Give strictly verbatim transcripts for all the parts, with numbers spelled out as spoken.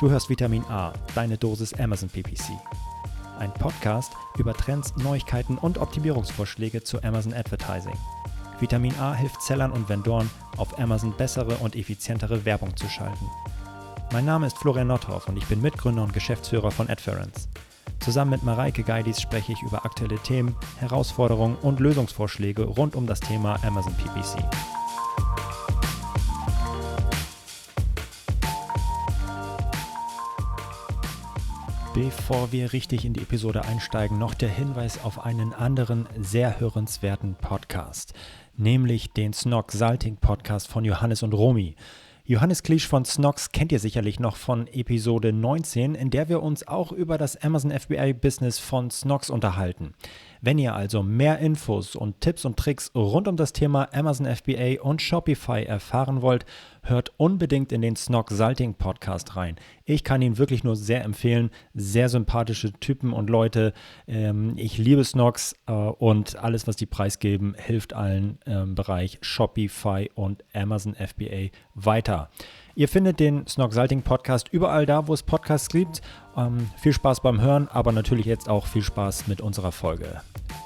Du hörst Vitamin A, deine Dosis Amazon P P C. Ein Podcast über Trends, Neuigkeiten und Optimierungsvorschläge zu Amazon Advertising. Vitamin A hilft Sellern und Vendoren, auf Amazon bessere und effizientere Werbung zu schalten. Mein Name ist Florian Nothoff und ich bin Mitgründer und Geschäftsführer von Adference. Zusammen mit Mareike Geidis spreche ich über aktuelle Themen, Herausforderungen und Lösungsvorschläge rund um das Thema Amazon P P C. Bevor wir richtig in die Episode einsteigen, noch der Hinweis auf einen anderen sehr hörenswerten Podcast, nämlich den Snog Salting Podcast von Johannes und Romy. Johannes Kliesch von Snox kennt ihr sicherlich noch von Episode neunzehn, in der wir uns auch über das Amazon F B A-Business von Snox unterhalten. Wenn ihr also mehr Infos und Tipps und Tricks rund um das Thema Amazon F B A und Shopify erfahren wollt, hört unbedingt in den Snog Salting Podcast rein. Ich kann ihn wirklich nur sehr empfehlen. Sehr sympathische Typen und Leute. Ähm, ich liebe Snox äh, und alles, was die preisgeben, hilft allen im Bereich Shopify und Amazon F B A weiter. Ihr findet den Snog Salting Podcast überall da, wo es Podcasts gibt. Ähm, viel Spaß beim Hören, aber natürlich jetzt auch viel Spaß mit unserer Folge.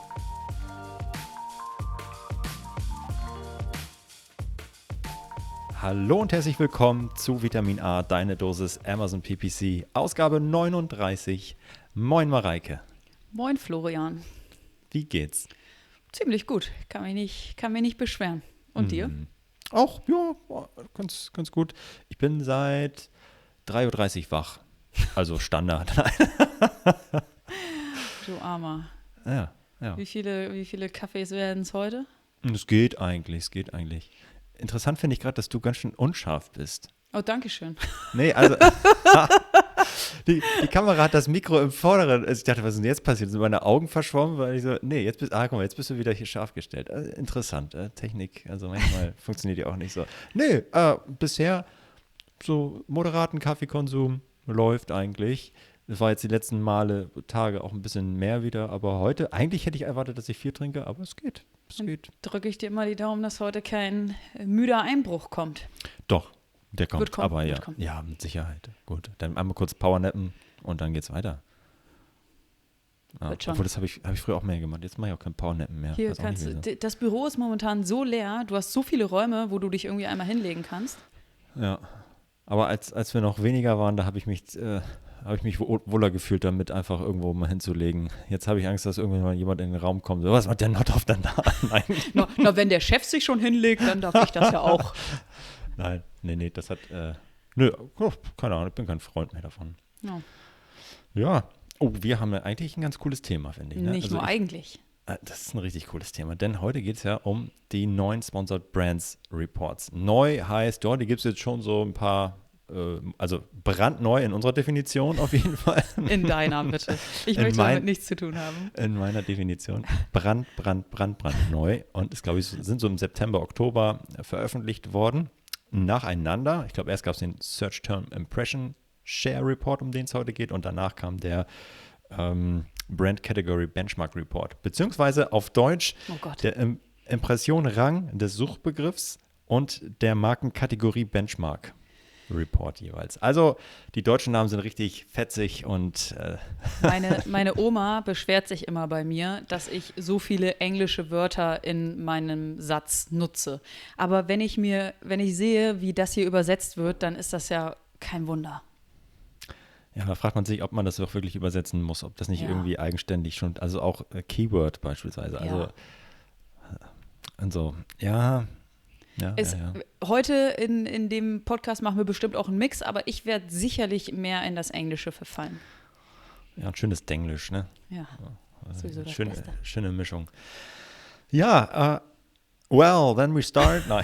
Hallo und herzlich willkommen zu Vitamin A, deine Dosis Amazon P P C, Ausgabe neununddreißig. Moin Mareike. Moin Florian. Wie geht's? Ziemlich gut, kann mich nicht, kann mich nicht beschweren. Und hm. dir? Auch, ja, ganz, ganz gut. Ich bin seit drei Uhr dreißig wach, also Standard. Du Armer. Ja, ja. Wie viele, wie viele Kaffees werden es heute? Es geht eigentlich, es geht eigentlich. Interessant finde ich gerade, dass du ganz schön unscharf bist. Oh, danke schön. Nee, also die, die Kamera hat das Mikro im Vorderen. Also ich dachte, was ist denn jetzt passiert? Sind meine Augen verschwommen? Weil ich so, nee, jetzt bist, ah, guck mal, jetzt bist du wieder hier scharf gestellt. Also interessant, äh, Technik, also manchmal funktioniert die auch nicht so. Nee, äh, bisher so moderaten Kaffeekonsum läuft eigentlich. Das war jetzt die letzten Male, Tage auch ein bisschen mehr wieder, aber heute, eigentlich hätte ich erwartet, dass ich viel trinke, aber es geht, es Dann geht. Drücke ich dir immer die Daumen, dass heute kein müder Einbruch kommt. Doch, der kommt, Wird kommen, aber ja, wird kommen. ja, mit Sicherheit. Gut, dann einmal kurz powernappen und dann geht's weiter. Ja, Wird schon. obwohl, das habe ich, hab ich früher auch mehr gemacht. Jetzt mache ich auch kein Powernappen mehr. Hier Weiß auch kannst nicht, du, wieso. d- das Büro ist momentan so leer, du hast so viele Räume, wo du dich irgendwie einmal hinlegen kannst. Ja, aber als, als wir noch weniger waren, da habe ich mich, äh, habe ich mich wohl- wohler gefühlt, damit einfach irgendwo mal hinzulegen. Jetzt habe ich Angst, dass irgendwann mal jemand in den Raum kommt. So, was macht der Nothoff dann da? Nein. Na, na, wenn der Chef sich schon hinlegt, dann darf ich das ja auch. Nein, nee, nee, das hat, äh, nö, oh, keine Ahnung, ich bin kein Freund mehr davon. Ja. Ja, oh, wir haben ja eigentlich ein ganz cooles Thema, finde ich. Ne? Nicht Also nur ich, eigentlich. äh, Das ist ein richtig cooles Thema, denn heute geht es ja um die neuen Sponsored Brands Reports. Neu heißt, ja, die gibt es jetzt schon so ein paar, äh, also brandneu in unserer Definition auf jeden Fall. In deiner, bitte. Ich In möchte mein- damit nichts zu tun haben. In meiner Definition brand, brand, brand, brand neu und ist, glaube ich, sind so im September, Oktober veröffentlicht worden, nacheinander. Ich glaube, erst gab es den Search Term Impression Share Report, um den es heute geht, und danach kam der ähm, Brand Category Benchmark Report, beziehungsweise auf Deutsch Oh Gott. der Im- Impression-Rang des Suchbegriffs und der Markenkategorie Benchmark Report jeweils. Also die deutschen Namen sind richtig fetzig und äh, Meine, meine Oma beschwert sich immer bei mir, dass ich so viele englische Wörter in meinem Satz nutze. Aber wenn ich mir, wenn ich sehe, wie das hier übersetzt wird, dann ist das ja kein Wunder. ja, da fragt man sich, ob man das auch wirklich übersetzen muss, ob das nicht Ja. irgendwie eigenständig schon, also auch äh, Keyword beispielsweise. Also, Ja. also ja, ja, Es, ja, ja. Heute in, in dem Podcast machen wir bestimmt auch einen Mix, aber ich werde sicherlich mehr in das Englische verfallen. Ja, ein schönes Denglisch, ne? Ja, Also sowieso das schöne, Beste. schöne Mischung. Ja, äh, well, then we start. Nein.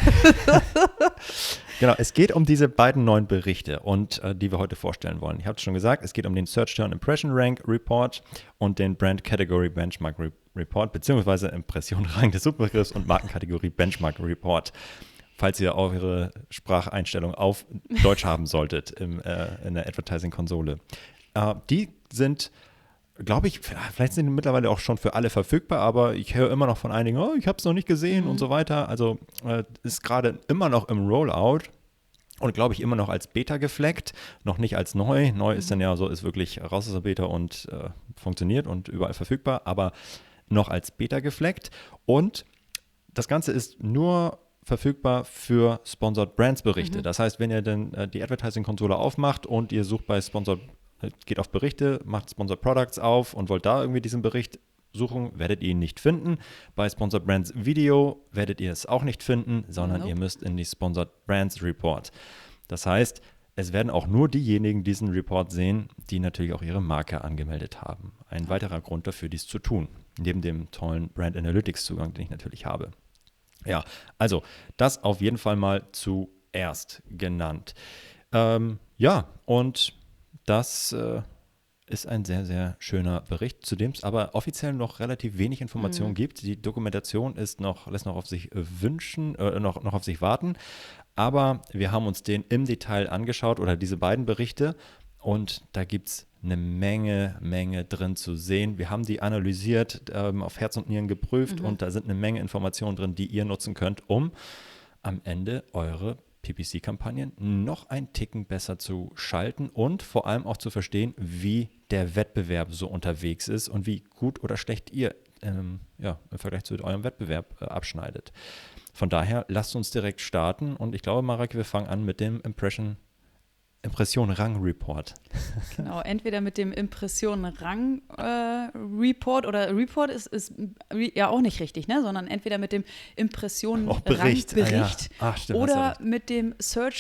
Genau, es geht um diese beiden neuen Berichte, und äh, die wir heute vorstellen wollen. Ich habe es schon gesagt, es geht um den Search Term Impression Rank Report und den Brand Category Benchmark Re- Report, beziehungsweise Impression Rang des Suchbegriffs und Markenkategorie Benchmark Report, falls ihr eure Spracheinstellung auf Deutsch haben solltet im, äh, in der Advertising-Konsole. Äh, die sind, glaube ich, vielleicht sind die mittlerweile auch schon für alle verfügbar, aber ich höre immer noch von einigen, oh, ich habe es noch nicht gesehen Mhm. und so weiter. Also äh, ist gerade immer noch im Rollout. Und glaube ich immer noch als Beta gefleckt, noch nicht als neu. Neu ist dann ja so, ist wirklich raus aus der Beta und äh, funktioniert und überall verfügbar, aber noch als Beta gefleckt. Und das Ganze ist nur verfügbar für Sponsored Brands Berichte. Mhm. Das heißt, wenn ihr dann äh, die Advertising-Konsole aufmacht und ihr sucht bei Sponsored, äh, geht auf Berichte, macht Sponsored Products auf und wollt da irgendwie diesen Bericht suchen, werdet ihr ihn nicht finden. Bei Sponsored Brands Video werdet ihr es auch nicht finden, sondern nope. ihr müsst in die Sponsored Brands Report. Das heißt, es werden auch nur diejenigen diesen Report sehen, die natürlich auch ihre Marke angemeldet haben. Ein weiterer Grund dafür, dies zu tun, neben dem tollen Brand Analytics Zugang, den ich natürlich habe. Ja, also das auf jeden Fall mal zuerst genannt. Ähm, ja, und das äh, ist ein sehr, sehr schöner Bericht, zu dem es aber offiziell noch relativ wenig Informationen mhm. gibt. Die Dokumentation ist noch, lässt noch auf sich wünschen, äh, noch, noch auf sich warten. Aber wir haben uns den im Detail angeschaut oder diese beiden Berichte und da gibt es eine Menge, Menge drin zu sehen. Wir haben die analysiert, ähm, auf Herz und Nieren geprüft mhm. und da sind eine Menge Informationen drin, die ihr nutzen könnt, um am Ende eure P P C-Kampagnen noch ein Ticken besser zu schalten und vor allem auch zu verstehen, wie der Wettbewerb so unterwegs ist und wie gut oder schlecht ihr ähm, ja, im Vergleich zu eurem Wettbewerb äh, abschneidet. Von daher, lasst uns direkt starten und ich glaube, Mareike, wir fangen an mit dem Impression Impression-Rang-Report. Genau, entweder mit dem Impression-Rang-Report äh, oder Report ist, ist ja auch nicht richtig, ne? Sondern entweder mit dem Impression-Rang-Bericht ah, ja. Ach, stimmt, oder mit dem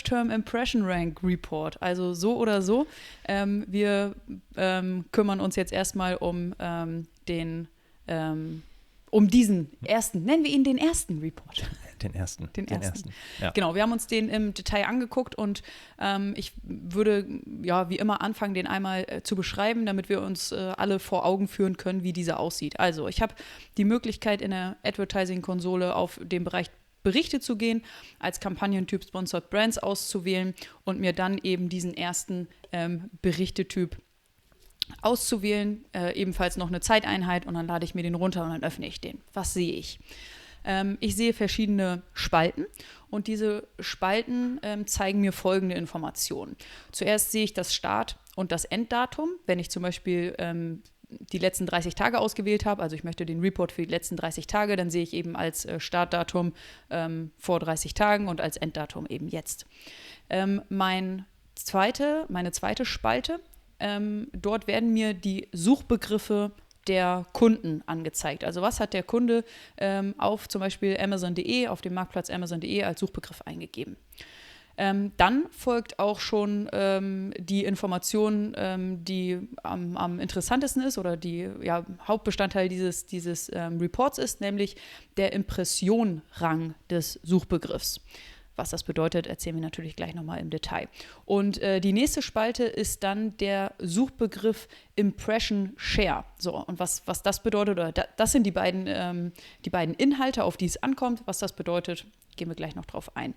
Search-Term-Impression-Rank-Report. Also so oder so. Ähm, wir ähm, kümmern uns jetzt erstmal um ähm, den ähm, um diesen ersten, nennen wir ihn den ersten Report. Den ersten. Den, den ersten. ersten. Ja. Genau, wir haben uns den im Detail angeguckt und ähm, ich würde ja wie immer anfangen, den einmal äh, zu beschreiben, damit wir uns äh, alle vor Augen führen können, wie dieser aussieht. Also ich habe die Möglichkeit in der Advertising-Konsole auf den Bereich Berichte zu gehen, als Kampagnentyp Sponsored Brands auszuwählen und mir dann eben diesen ersten ähm, Berichtetyp auszuwählen, äh, ebenfalls noch eine Zeiteinheit und dann lade ich mir den runter und dann öffne ich den. Was sehe ich? Ähm, ich sehe verschiedene Spalten und diese Spalten ähm, zeigen mir folgende Informationen. Zuerst sehe ich das Start- und das Enddatum. Wenn ich zum Beispiel ähm, die letzten dreißig Tage ausgewählt habe, also ich möchte den Report für die letzten dreißig Tage, dann sehe ich eben als äh, Startdatum ähm, vor dreißig Tagen und als Enddatum eben jetzt. Ähm, mein zweite, meine zweite Spalte, Ähm, dort werden mir die Suchbegriffe der Kunden angezeigt. Also was hat der Kunde ähm, auf zum Beispiel Amazon punkt de, auf dem Marktplatz Amazon punkt de als Suchbegriff eingegeben. Ähm, dann folgt auch schon ähm, die Information, ähm, die am, am interessantesten ist oder die ja, Hauptbestandteil dieses, dieses ähm, Reports ist, nämlich der Impression-Rang des Suchbegriffs. Was das bedeutet, erzählen wir natürlich gleich nochmal im Detail. Und äh, die nächste Spalte ist dann der Suchbegriff Impression Share. So, und was, was das bedeutet, oder da, das sind die beiden, ähm, die beiden Inhalte, auf die es ankommt. Was das bedeutet, gehen wir gleich noch drauf ein.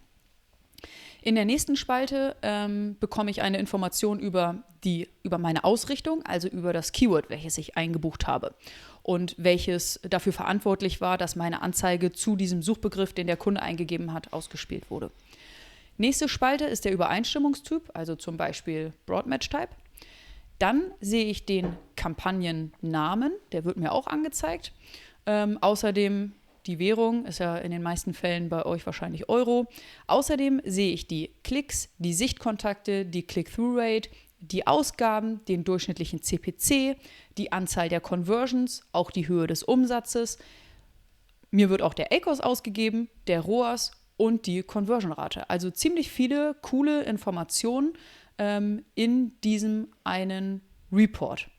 In der nächsten Spalte ähm, bekomme ich eine Information über, die, über meine Ausrichtung, also über das Keyword, welches ich eingebucht habe und welches dafür verantwortlich war, dass meine Anzeige zu diesem Suchbegriff, den der Kunde eingegeben hat, ausgespielt wurde. Nächste Spalte ist der Übereinstimmungstyp, also zum Beispiel Broadmatch-Type. Dann sehe ich den Kampagnennamen, der wird mir auch angezeigt. Ähm, außerdem die Währung, ist ja in den meisten Fällen bei euch wahrscheinlich Euro. Außerdem sehe ich die Klicks, die Sichtkontakte, die Click-Through-Rate, die Ausgaben, den durchschnittlichen C P C, die Anzahl der Conversions, auch die Höhe des Umsatzes. Mir wird auch der A C O S ausgegeben, der R O A S und die Conversion-Rate. Also ziemlich viele coole Informationen ähm, in diesem einen Report.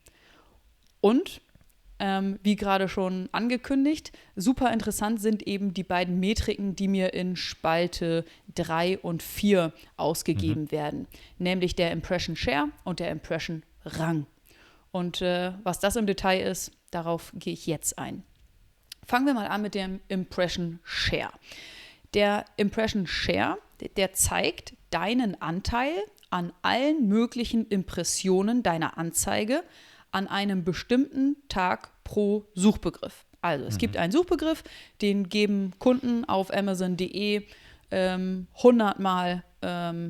Und Ähm, wie gerade schon angekündigt, super interessant sind eben die beiden Metriken, die mir in Spalte drei und vier ausgegeben mhm. werden, nämlich der Impression Share und der Impression Rang. Und äh, was das im Detail ist, darauf gehe ich jetzt ein. Fangen wir mal an mit dem Impression Share. Der Impression Share, der zeigt deinen Anteil an allen möglichen Impressionen deiner Anzeige an einem bestimmten Tag pro Suchbegriff. Also es mhm. gibt einen Suchbegriff, den geben Kunden auf Amazon punkt de ähm, hundert Mal ähm,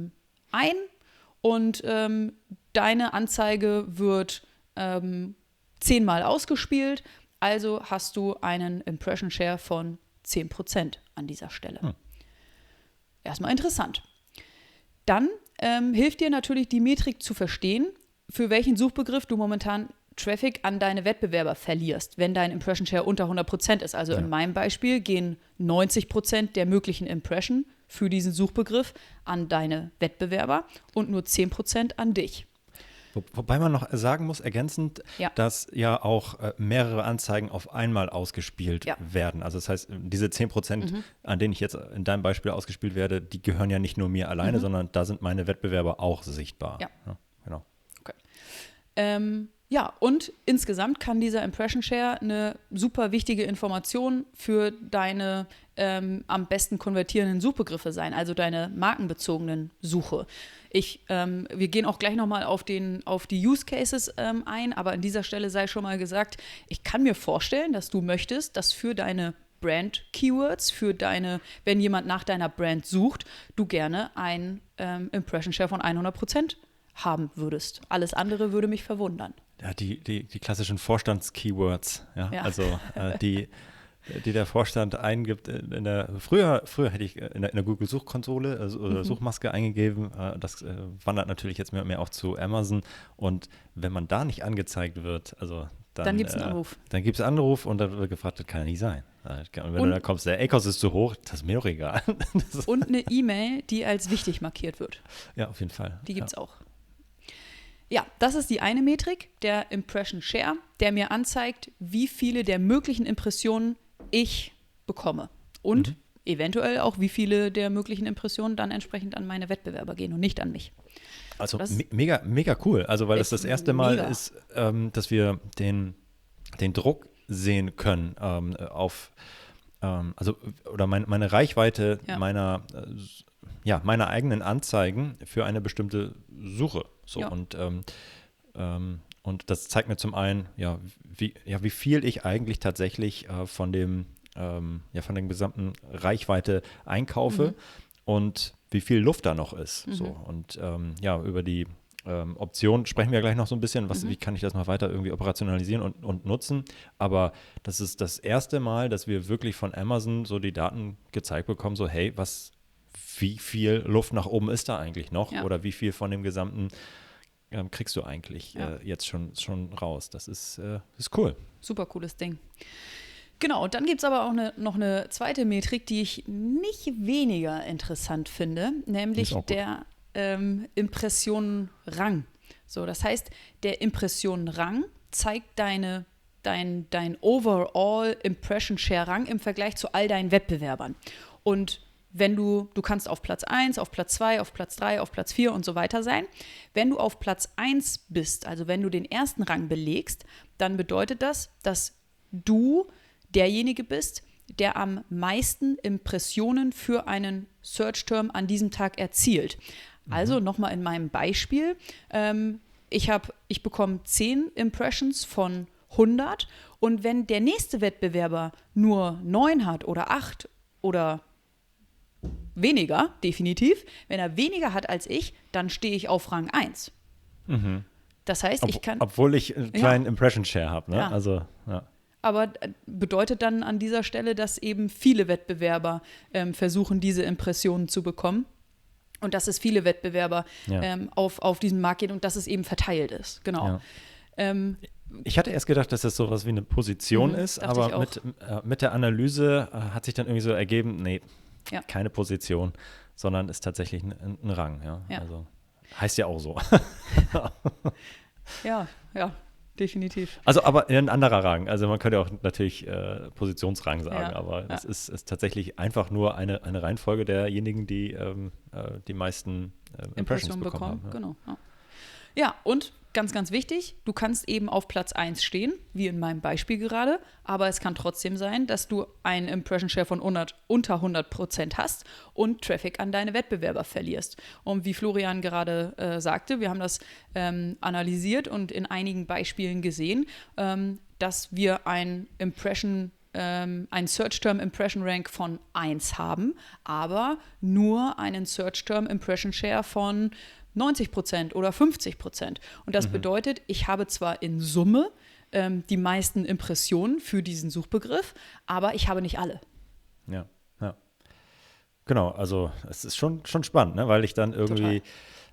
ein und ähm, deine Anzeige wird ähm, zehnmal ausgespielt, also hast du einen Impression Share von zehn Prozent an dieser Stelle. Hm. Erstmal interessant. Dann ähm, hilft dir natürlich die Metrik zu verstehen, für welchen Suchbegriff du momentan Traffic an deine Wettbewerber verlierst, wenn dein Impression Share unter hundert Prozent ist. Also ja. in meinem Beispiel gehen neunzig Prozent der möglichen Impression für diesen Suchbegriff an deine Wettbewerber und nur zehn Prozent an dich. Wo, wobei man noch sagen muss, ergänzend, ja. dass ja auch äh, mehrere Anzeigen auf einmal ausgespielt ja. werden. Also das heißt, diese zehn Prozent, mhm. an denen ich jetzt in deinem Beispiel ausgespielt werde, die gehören ja nicht nur mir alleine, mhm. sondern da sind meine Wettbewerber auch sichtbar. Ja, ja genau. Okay. Ähm, ja, und insgesamt kann dieser Impression Share eine super wichtige Information für deine ähm, am besten konvertierenden Suchbegriffe sein, also deine markenbezogenen Suche. Ich, ähm, wir gehen auch gleich nochmal auf, auf die Use Cases ähm, ein, aber an dieser Stelle sei schon mal gesagt, ich kann mir vorstellen, dass du möchtest, dass für deine Brand-Keywords, für deine, wenn jemand nach deiner Brand sucht, du gerne ein ähm, Impression Share von hundert Prozent haben würdest. Alles andere würde mich verwundern. Ja, die, die, die klassischen Vorstands-Keywords, ja, ja. also äh, die, die der Vorstand eingibt. In der, früher, früher hätte ich in der, in der Google-Suchkonsole also, oder mhm. Suchmaske eingegeben. Äh, das äh, wandert natürlich jetzt mehr und mehr auch zu Amazon. Und wenn man da nicht angezeigt wird, also dann, dann gibt es einen äh, Anruf. Dann gibt es einen Anruf und dann wird gefragt, das kann ja nicht sein. Und wenn und, du da kommst, der A C O S ist zu hoch, das ist mir doch egal. Und eine E-Mail, die als wichtig markiert wird. Ja, auf jeden Fall. Die gibt es ja. auch. Ja, das ist die eine Metrik, der Impression Share, der mir anzeigt, wie viele der möglichen Impressionen ich bekomme. Und mhm. eventuell auch, wie viele der möglichen Impressionen dann entsprechend an meine Wettbewerber gehen und nicht an mich. Also me- mega, mega cool. Also weil das das erste Mal mega. ist, ähm, dass wir den, den Druck sehen können ähm, auf, ähm, also oder mein, meine Reichweite ja. meiner äh, ja, meine eigenen Anzeigen für eine bestimmte Suche. So, ja. und, ähm, ähm, und das zeigt mir zum einen, ja, wie, ja, wie viel ich eigentlich tatsächlich äh, von dem, ähm, ja, von der gesamten Reichweite einkaufe mhm. und wie viel Luft da noch ist. Mhm. So, und ähm, ja, über die ähm, Option sprechen wir gleich noch so ein bisschen, was, mhm. wie kann ich das noch weiter irgendwie operationalisieren und, und nutzen. Aber das ist das erste Mal, dass wir wirklich von Amazon so die Daten gezeigt bekommen, so hey, was wie viel Luft nach oben ist da eigentlich noch ja. oder wie viel von dem gesamten ähm, kriegst du eigentlich ja. äh, jetzt schon, schon raus. Das ist, äh, ist cool. Super cooles Ding. Genau, und dann gibt es aber auch eine, noch eine zweite Metrik, die ich nicht weniger interessant finde, nämlich der ähm, Impressionenrang. So, das heißt, der Impressionenrang zeigt deine, dein, dein Overall Impression Share Rang im Vergleich zu all deinen Wettbewerbern. Und wenn du, du kannst auf Platz eins, auf Platz zwei, auf Platz drei, auf Platz vier und so weiter sein. Wenn du auf Platz eins bist, also wenn du den ersten Rang belegst, dann bedeutet das, dass du derjenige bist, der am meisten Impressionen für einen Search-Term an diesem Tag erzielt. Mhm. Also nochmal in meinem Beispiel, ähm, ich, hab, ich bekomme zehn Impressions von hundert und wenn der nächste Wettbewerber nur neun hat oder acht oder weniger, definitiv. Wenn er weniger hat als ich, dann stehe ich auf Rang eins. Mhm. Das heißt, Ob, ich kann... Obwohl ich einen kleinen ja. Impression Share habe. Ne? Ja. Also, ja. Aber bedeutet dann an dieser Stelle, dass eben viele Wettbewerber ähm, versuchen, diese Impressionen zu bekommen. Und dass es viele Wettbewerber ja. ähm, auf, auf diesem Markt geht und dass es eben verteilt ist. Genau. Ja. Ähm, Ich hatte erst gedacht, dass das sowas wie eine Position mhm, ist, aber mit, äh, mit der Analyse äh, hat sich dann irgendwie so ergeben, nee, ja. keine Position, sondern ist tatsächlich ein, ein Rang. Ja? Ja. Also heißt ja auch so. ja, ja, definitiv. Also aber ein anderer Rang. Also man könnte auch natürlich äh, Positionsrang sagen, ja. aber es ja. ist, ist tatsächlich einfach nur eine, eine Reihenfolge derjenigen, die ähm, äh, die meisten äh, Impressions bekommen, bekommen haben. Ja. Genau. Ja. ja, und ganz, ganz wichtig, du kannst eben auf Platz eins stehen, wie in meinem Beispiel gerade, aber es kann trotzdem sein, dass du einen Impression Share von hundert, unter hundert Prozent hast und Traffic an deine Wettbewerber verlierst. Und wie Florian gerade äh, sagte, wir haben das ähm, analysiert und in einigen Beispielen gesehen, ähm, dass wir ein Impression ähm, einen Search Term Impression Rank von eins haben, aber nur einen Search Term Impression Share von neunzig Prozent oder fünfzig Prozent. Und das mhm. bedeutet, ich habe zwar in Summe ähm, die meisten Impressionen für diesen Suchbegriff, aber ich habe nicht alle. Ja, ja. Genau, also es ist schon, schon spannend, ne? Weil ich dann irgendwie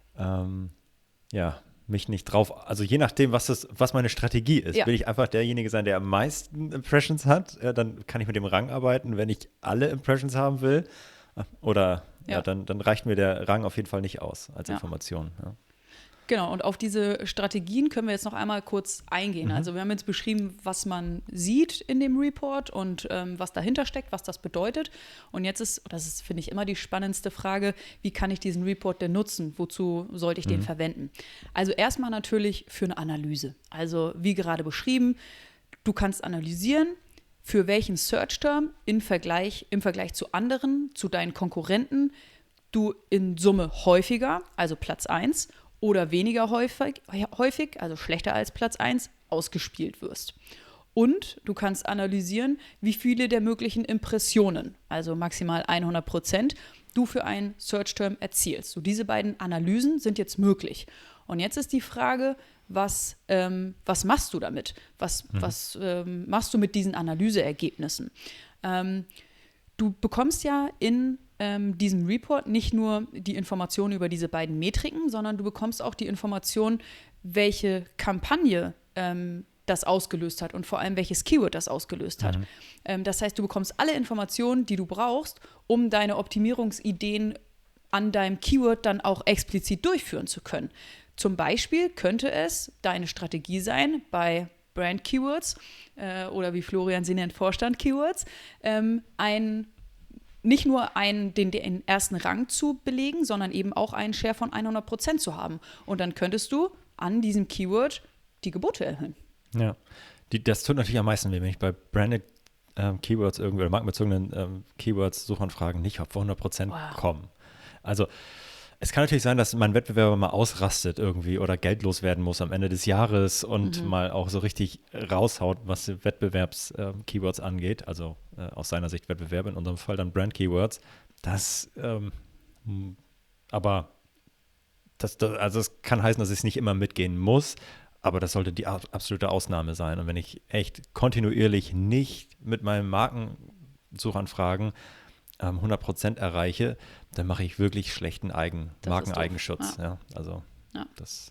ähm, ja, mich nicht drauf, also je nachdem, was das, was meine Strategie ist, ja. will ich einfach derjenige sein, der am meisten Impressions hat, äh, dann kann ich mit dem Rang arbeiten. Wenn ich alle Impressions haben will, oder ja, ja dann, dann reicht mir der Rang auf jeden Fall nicht aus als ja. Information. Ja. Genau, und auf diese Strategien können wir jetzt noch einmal kurz eingehen. Mhm. Also wir haben jetzt beschrieben, was man sieht in dem Report und ähm, was dahinter steckt, was das bedeutet. Und jetzt ist, das ist, finde ich, immer die spannendste Frage, wie kann ich diesen Report denn nutzen? Wozu sollte ich mhm. den verwenden? Also erstmal natürlich für eine Analyse. Also wie gerade beschrieben, du kannst analysieren, für welchen Search-Term im Vergleich, im Vergleich zu anderen, zu deinen Konkurrenten, du in Summe häufiger, also Platz eins, oder weniger häufig, häufig, also schlechter als Platz eins, ausgespielt wirst. Und du kannst analysieren, wie viele der möglichen Impressionen, also maximal hundert Prozent, du für einen Search-Term erzielst. So, diese beiden Analysen sind jetzt möglich. Und jetzt ist die Frage, was, ähm, was machst du damit? Was, mhm. was ähm, machst du mit diesen Analyseergebnissen? Ähm, du bekommst ja in ähm, diesem Report nicht nur die Informationen über diese beiden Metriken, sondern du bekommst auch die Information, welche Kampagne ähm, das ausgelöst hat und vor allem welches Keyword das ausgelöst hat. Mhm. Ähm, das heißt, du bekommst alle Informationen, die du brauchst, um deine Optimierungsideen an deinem Keyword dann auch explizit durchführen zu können. Zum Beispiel könnte es deine Strategie sein, bei Brand-Keywords äh, oder wie Florian sie nennt, Vorstand-Keywords, ähm, ein nicht nur einen, den, den ersten Rang zu belegen, sondern eben auch einen Share von hundert Prozent zu haben. Und dann könntest du an diesem Keyword die Gebote erhöhen. Ja, die, das tut natürlich am meisten weh, wenn ich bei Branded ähm, Keywords irgendwie oder markenbezogenen ähm, Keywords Suchanfragen nicht auf hundert Prozent wow. kommen. Also es kann natürlich sein, dass mein Wettbewerber mal ausrastet irgendwie oder geldlos werden muss am Ende des Jahres und mhm. mal auch so richtig raushaut, was Wettbewerbs-Keywords äh, angeht, also äh, aus seiner Sicht Wettbewerb, in unserem Fall dann Brand-Keywords. Das, ähm, aber das, das, also es kann heißen, dass ich es nicht immer mitgehen muss, aber das sollte die absolute Ausnahme sein. Und wenn ich echt kontinuierlich nicht mit meinen Markensuchanfragen ähm, hundert Prozent erreiche, dann mache ich wirklich schlechten Eigen, Markeneigenschutz. Ja. Ja, also ja. das,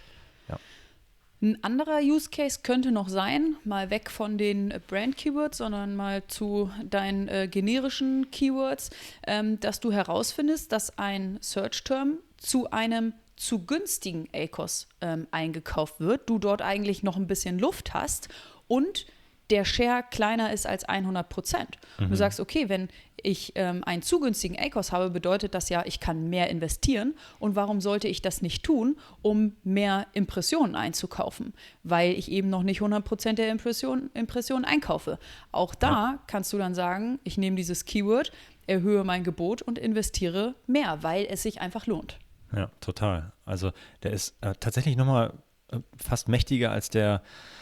ja. Ein anderer Use Case könnte noch sein, mal weg von den Brand-Keywords, sondern mal zu deinen äh, generischen Keywords, ähm, dass du herausfindest, dass ein Search-Term zu einem zu günstigen A C O S ähm, eingekauft wird, du dort eigentlich noch ein bisschen Luft hast und der Share kleiner ist als hundert Prozent. Mhm. Du sagst, okay, wenn ich ähm, einen zu günstigen A C O S habe, bedeutet das ja, ich kann mehr investieren. Und warum sollte ich das nicht tun, um mehr Impressionen einzukaufen? Weil ich eben noch nicht hundert Prozent der Impressionen, Impressionen einkaufe. Auch da ja. kannst du dann sagen, ich nehme dieses Keyword, erhöhe mein Gebot und investiere mehr, weil es sich einfach lohnt. Ja, total. Also der ist äh, tatsächlich nochmal äh, fast mächtiger als der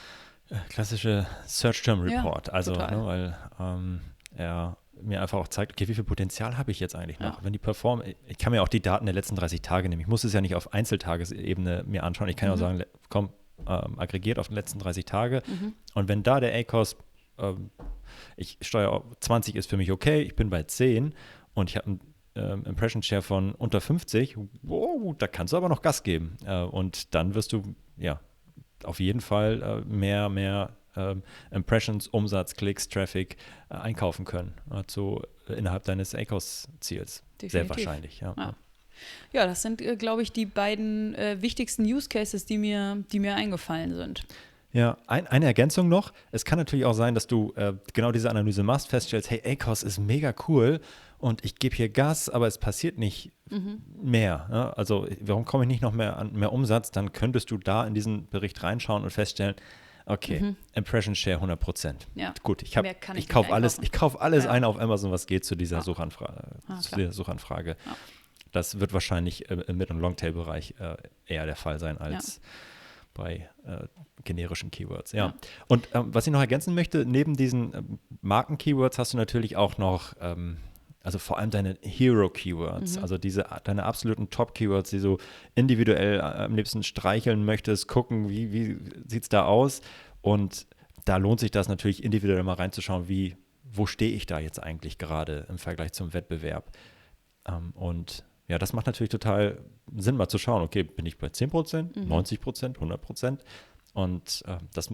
klassische Search-Term-Report, ja, also ne, weil ähm, er mir einfach auch zeigt, okay, wie viel Potenzial habe ich jetzt eigentlich noch? Ja. Wenn die performen, ich kann mir auch die Daten der letzten dreißig Tage nehmen. Ich muss es ja nicht auf Einzeltagesebene mir anschauen. Ich kann mhm. auch sagen, komm, ähm, aggregiert auf die letzten dreißig Tage. Mhm. Und wenn da der A C O S, ähm, ich steuere zwanzig ist für mich okay, ich bin bei zehn und ich habe einen ähm, Impression Share von unter fünfzig, wow, da kannst du aber noch Gas geben. Äh, und dann wirst du, ja, auf jeden Fall äh, mehr, mehr ähm, Impressions, Umsatz, Klicks, Traffic äh, einkaufen können äh, zu, äh, innerhalb deines A C O S-Ziels. Sehr wahrscheinlich, ja. Ja, ja das sind, äh, glaube ich, die beiden äh, wichtigsten Use Cases, die mir, die mir eingefallen sind. Ja, ein, eine Ergänzung noch. Es kann natürlich auch sein, dass du äh, genau diese Analyse machst, feststellst, hey, A C O S ist mega cool und ich gebe hier Gas, aber es passiert nicht mhm. mehr. Ne? Also warum komme ich nicht noch mehr an mehr Umsatz? Dann könntest du da in diesen Bericht reinschauen und feststellen, okay, mhm. Impression Share hundert Prozent. Ja. Gut, ich, ich, ich kaufe alles, ich kauf alles ja. ein auf Amazon, was geht zu dieser, ja. Suchanfrage, ah, zu dieser Suchanfrage. Ja. Das wird wahrscheinlich im Mid- und Longtail-Bereich äh, eher der Fall sein als bei äh, generischen Keywords. Ja. ja. Und ähm, was ich noch ergänzen möchte, neben diesen ähm, Marken-Keywords hast du natürlich auch noch ähm, also vor allem deine Hero-Keywords, mhm. also diese deine absoluten Top-Keywords, die du individuell am liebsten streicheln möchtest, gucken, wie, wie sieht es da aus. Und da lohnt sich das natürlich individuell mal reinzuschauen, wie, wo stehe ich da jetzt eigentlich gerade im Vergleich zum Wettbewerb. Ähm, und ja, das macht natürlich total Sinn, mal zu schauen, okay, bin ich bei zehn Prozent, mhm. neunzig Prozent, hundert Prozent? Und äh, das,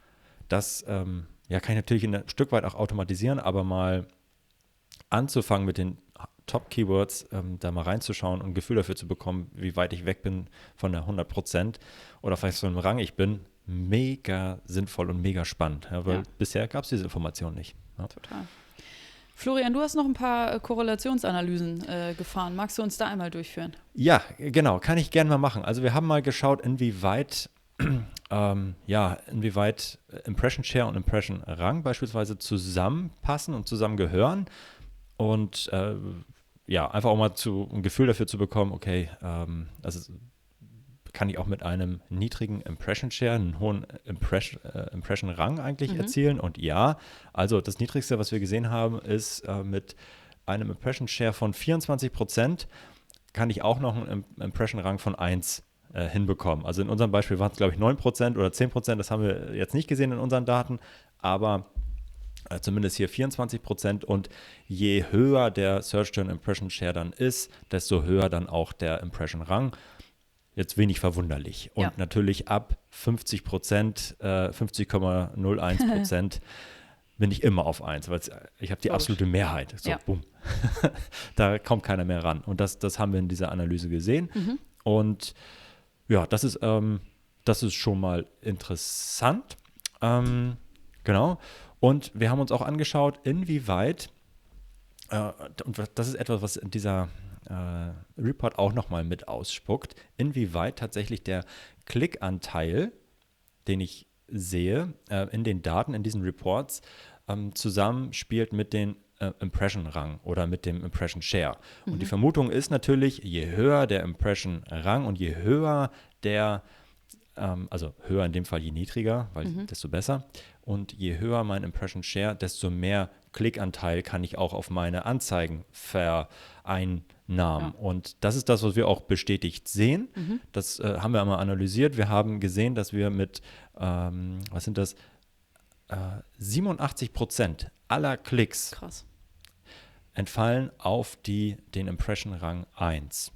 das ähm, ja, kann ich natürlich ein Stück weit auch automatisieren, aber mal anzufangen mit den Top-Keywords, ähm, da mal reinzuschauen und ein Gefühl dafür zu bekommen, wie weit ich weg bin von der hundert Prozent oder vielleicht so einem Rang ich bin, mega sinnvoll und mega spannend, ja, weil ja. bisher gab es diese Information nicht. Ja. Total. Florian, du hast noch ein paar äh, Korrelationsanalysen äh, gefahren. Magst du uns da einmal durchführen? Ja, genau, kann ich gerne mal machen. Also wir haben mal geschaut, inwieweit ähm, ja, inwieweit Impression Share und Impression Rang beispielsweise zusammenpassen und zusammengehören. Und äh, ja, einfach auch mal zu, ein Gefühl dafür zu bekommen, okay, ähm, also kann ich auch mit einem niedrigen Impression Share einen hohen Impression, äh, Impression Rang eigentlich mhm. erzielen? Und ja, also das Niedrigste, was wir gesehen haben, ist äh, mit einem Impression Share von vierundzwanzig Prozent kann ich auch noch einen Impression Rang von eins äh, hinbekommen. Also in unserem Beispiel waren es, glaube ich, neun Prozent oder zehn Prozent, das haben wir jetzt nicht gesehen in unseren Daten, aber äh, zumindest hier vierundzwanzig Prozent, und je höher der Search Term Impression Share dann ist, desto höher dann auch der Impression Rang. Jetzt wenig verwunderlich. Und ja. natürlich ab fünfzig Prozent, äh, fünfzig Komma null eins Prozent bin ich immer auf eins, weil ich habe die Logisch. absolute Mehrheit. So, ja. bumm. Da kommt keiner mehr ran. Und das, das haben wir in dieser Analyse gesehen. Mhm. Und ja, das ist, ähm, das ist schon mal interessant. Ähm, genau. Und wir haben uns auch angeschaut, inwieweit, äh, und das ist etwas, was in dieser äh, Report auch nochmal mit ausspuckt, inwieweit tatsächlich der Klickanteil, den ich sehe äh, in den Daten, in diesen Reports, ähm, zusammenspielt mit den äh, Impression-Rang oder mit dem Impression-Share. Mhm. Und die Vermutung ist natürlich, je höher der Impression-Rang und je höher der, ähm, also höher in dem Fall je niedriger, weil mhm. desto besser, und je höher mein Impression-Share, desto mehr Klickanteil kann ich auch auf meine Anzeigen vereinnahmen. Ja. Und das ist das, was wir auch bestätigt sehen. Mhm. Das äh, haben wir einmal analysiert. Wir haben gesehen, dass wir mit, ähm, was sind das, äh, siebenundachtzig Prozent aller Klicks Krass. entfallen auf die, den Impression-Rang eins.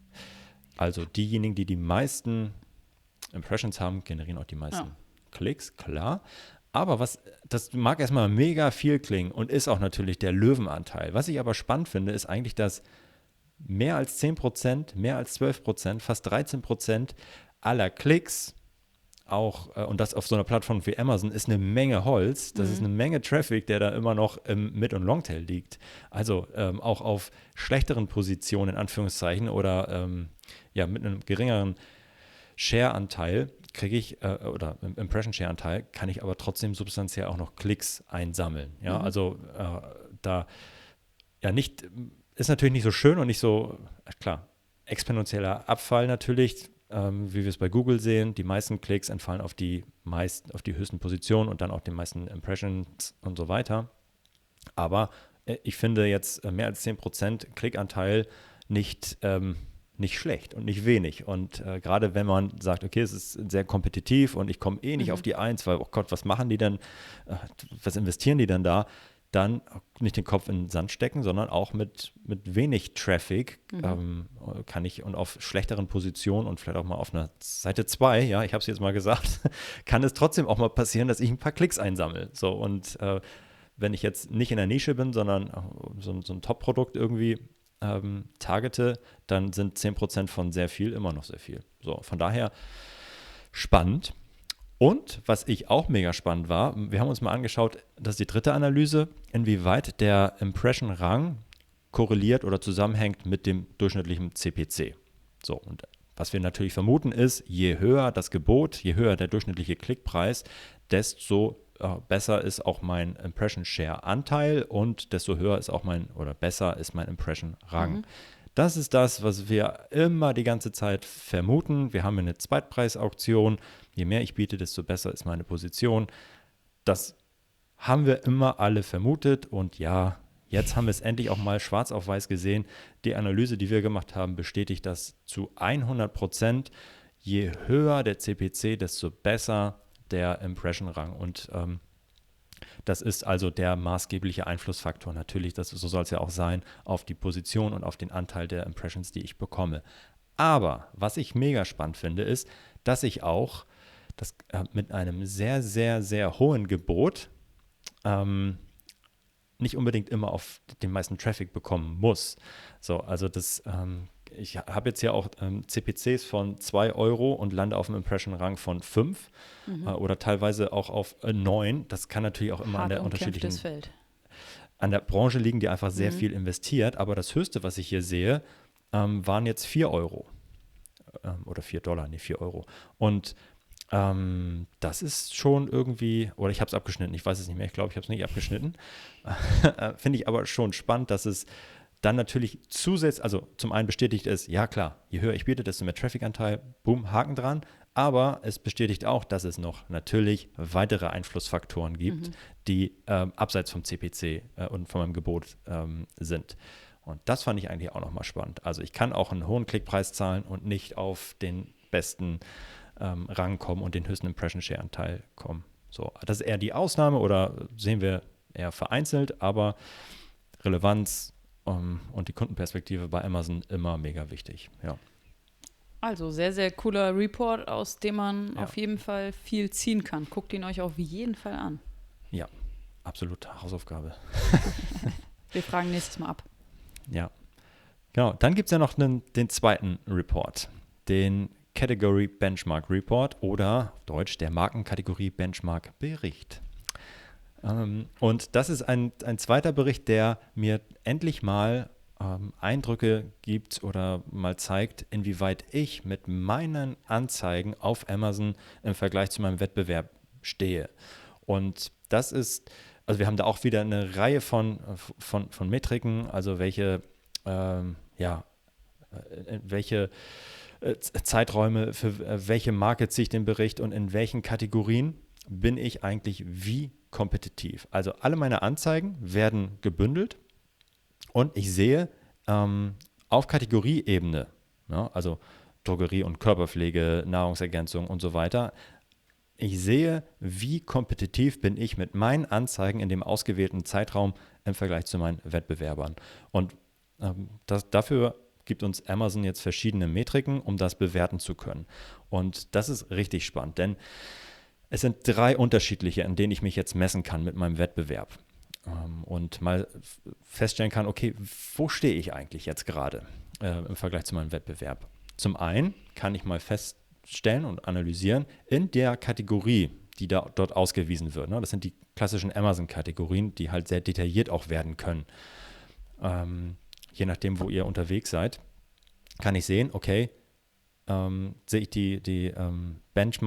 Also diejenigen, die die meisten Impressions haben, generieren auch die meisten ja. Klicks, klar. Aber was, das mag erstmal mega viel klingen und ist auch natürlich der Löwenanteil. Was ich aber spannend finde, ist eigentlich, dass mehr als zehn Prozent, mehr als zwölf Prozent, fast dreizehn Prozent aller Klicks auch, äh, und das auf so einer Plattform wie Amazon, ist eine Menge Holz. Das mhm. ist eine Menge Traffic, der da immer noch im Mid- und Longtail liegt. Also ähm, auch auf schlechteren Positionen, in Anführungszeichen, oder ähm, ja, mit einem geringeren Share-Anteil kriege ich, äh, oder Impression-Share-Anteil, kann ich aber trotzdem substanziell auch noch Klicks einsammeln. Ja, mhm. also äh, da, ja, nicht, ist natürlich nicht so schön und nicht so, klar, exponentieller Abfall natürlich, ähm, wie wir es bei Google sehen. Die meisten Klicks entfallen auf die meisten, auf die höchsten Positionen und dann auch die meisten Impressions und so weiter. Aber äh, ich finde jetzt äh, mehr als zehn Prozent Klickanteil nicht, ähm, nicht schlecht und nicht wenig. Und äh, gerade wenn man sagt, okay, es ist sehr kompetitiv und ich komme eh nicht mhm. auf die Eins, weil, oh Gott, was machen die denn, äh, was investieren die denn da, dann nicht den Kopf in den Sand stecken, sondern auch mit, mit wenig Traffic mhm. ähm, kann ich, und auf schlechteren Positionen und vielleicht auch mal auf einer Seite zwei, ja, ich habe es jetzt mal gesagt, kann es trotzdem auch mal passieren, dass ich ein paar Klicks einsammle. So, und äh, wenn ich jetzt nicht in der Nische bin, sondern so, so ein Top-Produkt irgendwie Ähm, targete, dann sind zehn Prozent von sehr viel immer noch sehr viel. So, von daher spannend. Und was ich auch mega spannend war, wir haben uns mal angeschaut, das ist die dritte Analyse, inwieweit der Impression-Rang korreliert oder zusammenhängt mit dem durchschnittlichen C P C. So, und was wir natürlich vermuten ist, je höher das Gebot, je höher der durchschnittliche Klickpreis, desto besser ist auch mein Impression-Share-Anteil und desto höher ist auch mein, oder besser ist mein Impression-Rang. Mhm. Das ist das, was wir immer die ganze Zeit vermuten. Wir haben eine Zweitpreisauktion. Je mehr ich biete, desto besser ist meine Position. Das haben wir immer alle vermutet und ja, jetzt haben wir es endlich auch mal schwarz auf weiß gesehen. Die Analyse, die wir gemacht haben, bestätigt das zu hundert Prozent. Je höher der C P C, desto besser der Impression-Rang. Und ähm, das ist also der maßgebliche Einflussfaktor natürlich, das, so soll es ja auch sein, auf die Position und auf den Anteil der Impressions, die ich bekomme. Aber was ich mega spannend finde, ist, dass ich auch das, äh, mit einem sehr, sehr, sehr hohen Gebot ähm, nicht unbedingt immer auf den meisten Traffic bekommen muss. So, also das, ähm, ich habe jetzt ja auch ähm, C P Cs von zwei Euro und lande auf einem Impression-Rang von fünf mhm. äh, oder teilweise auch auf äh, neun. Das kann natürlich auch immer Hart an der unterschiedlichen Feld. An der Branche liegen, die einfach sehr mhm. viel investiert. Aber das Höchste, was ich hier sehe, ähm, waren jetzt vier Euro. Ähm, oder vier Dollar, nee, vier Euro. Und Ähm, das ist schon irgendwie, oder ich habe es abgeschnitten, ich weiß es nicht mehr, ich glaube, ich habe es nicht abgeschnitten. Finde ich aber schon spannend, dass es dann natürlich zusätzlich, also zum einen bestätigt ist, ja klar, je höher ich biete, desto mehr Traffic-Anteil, boom, Haken dran. Aber es bestätigt auch, dass es noch natürlich weitere Einflussfaktoren gibt, mhm. die ähm, abseits vom C P C äh, und von meinem Gebot ähm, sind. Und das fand ich eigentlich auch nochmal spannend. Also ich kann auch einen hohen Klickpreis zahlen und nicht auf den besten Ähm, rankommen und den höchsten Impression-Share-Anteil kommen. So, das ist eher die Ausnahme oder sehen wir eher vereinzelt, aber Relevanz ähm, und die Kundenperspektive bei Amazon immer mega wichtig. Ja. Also sehr, sehr cooler Report, aus dem man Ja. auf jeden Fall viel ziehen kann. Guckt ihn euch auf jeden Fall an. Ja, absolute Hausaufgabe. Wir fragen nächstes Mal ab. Ja, genau. Dann gibt es ja noch einen, den zweiten Report, den Category Benchmark Report oder auf Deutsch der Markenkategorie Benchmark Bericht. Ähm, und das ist ein, ein zweiter Bericht, der mir endlich mal ähm, Eindrücke gibt oder mal zeigt, inwieweit ich mit meinen Anzeigen auf Amazon im Vergleich zu meinem Wettbewerb stehe. Und das ist, also wir haben da auch wieder eine Reihe von, von, von Metriken, also welche, ähm, ja, welche Zeiträume, für welche Marke ziehe ich den Bericht und in welchen Kategorien bin ich eigentlich wie kompetitiv. Also alle meine Anzeigen werden gebündelt und ich sehe ähm, auf Kategorieebene, ja, also Drogerie und Körperpflege, Nahrungsergänzung und so weiter, ich sehe, wie kompetitiv bin ich mit meinen Anzeigen in dem ausgewählten Zeitraum im Vergleich zu meinen Wettbewerbern. Und ähm, das, dafür gibt uns Amazon jetzt verschiedene Metriken, um das bewerten zu können. Und das ist richtig spannend, denn es sind drei unterschiedliche, an denen ich mich jetzt messen kann mit meinem Wettbewerb ähm, und mal feststellen kann, okay, wo stehe ich eigentlich jetzt gerade äh, im Vergleich zu meinem Wettbewerb? Zum einen kann ich mal feststellen und analysieren in der Kategorie, die da dort ausgewiesen wird. Ne? Das sind die klassischen Amazon-Kategorien, die halt sehr detailliert auch werden können. Ähm, je nachdem, wo ihr unterwegs seid, kann ich sehen, okay, ähm, sehe ich die, die ähm,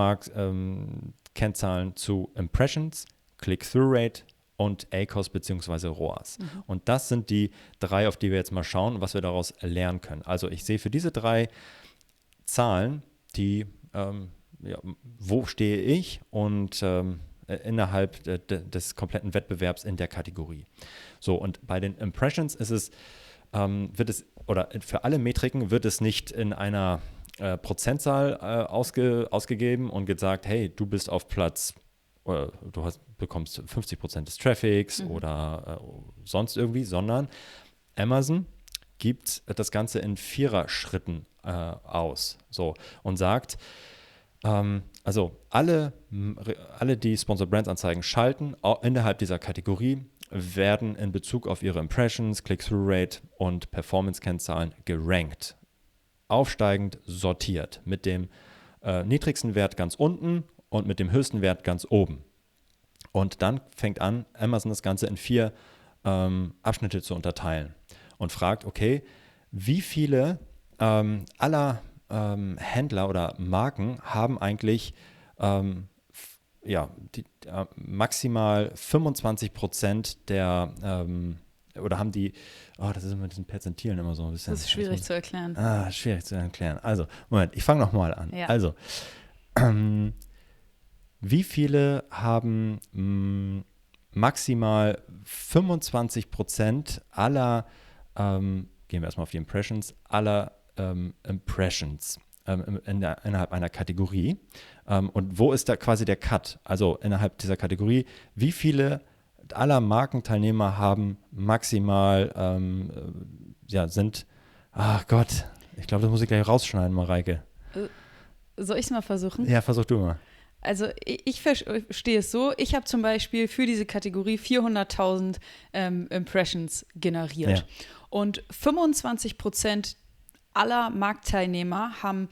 Benchmark-Kennzahlen ähm, zu Impressions, Click-Through-Rate und A C O S bzw. R O A S. Mhm. Und das sind die drei, auf die wir jetzt mal schauen, was wir daraus lernen können. Also ich sehe für diese drei Zahlen, die, ähm, ja, wo stehe ich und ähm, innerhalb de, de, des kompletten Wettbewerbs in der Kategorie. So, und bei den Impressions ist es Ähm, wird es, oder für alle Metriken wird es nicht in einer äh, Prozentzahl äh, ausge, ausgegeben und gesagt, hey, du bist auf Platz, oder du hast, bekommst fünfzig Prozent des Traffics mhm. oder äh, sonst irgendwie, sondern Amazon gibt das Ganze in Vierer-Schritten äh, aus, so, und sagt, ähm, also alle, alle, die Sponsored Brands Anzeigen schalten, innerhalb dieser Kategorie, werden in Bezug auf ihre Impressions, Click-Through-Rate und Performance-Kennzahlen gerankt. Aufsteigend sortiert. Mit dem äh, niedrigsten Wert ganz unten und mit dem höchsten Wert ganz oben. Und dann fängt an, Amazon das Ganze in vier ähm, Abschnitte zu unterteilen und fragt, okay, wie viele ähm, aller ähm, Händler oder Marken haben eigentlich ähm, ja, die, äh, maximal fünfundzwanzig Prozent der, ähm, oder haben die, oh, das ist mit diesen Perzentilen immer so ein bisschen. Das ist schwierig muss, zu erklären. Ah, schwierig zu erklären. Also, Moment, ich fange nochmal an. Ja. Also, ähm, wie viele haben mh, maximal fünfundzwanzig Prozent aller, ähm, gehen wir erstmal auf die Impressions, aller ähm, Impressions ähm, in der, innerhalb einer Kategorie. Ähm, und wo ist da quasi der Cut? Also innerhalb dieser Kategorie, wie viele aller Markenteilnehmer haben maximal, ähm, ja, sind, ach Gott, ich glaube, das muss ich gleich rausschneiden, Mareike. Soll ich es mal versuchen? Ja, versuch du mal. Also ich, ich verstehe es so, ich habe zum Beispiel für diese Kategorie vierhunderttausend ähm, Impressions generiert. Ja. Und fünfundzwanzig Prozent aller Marktteilnehmer haben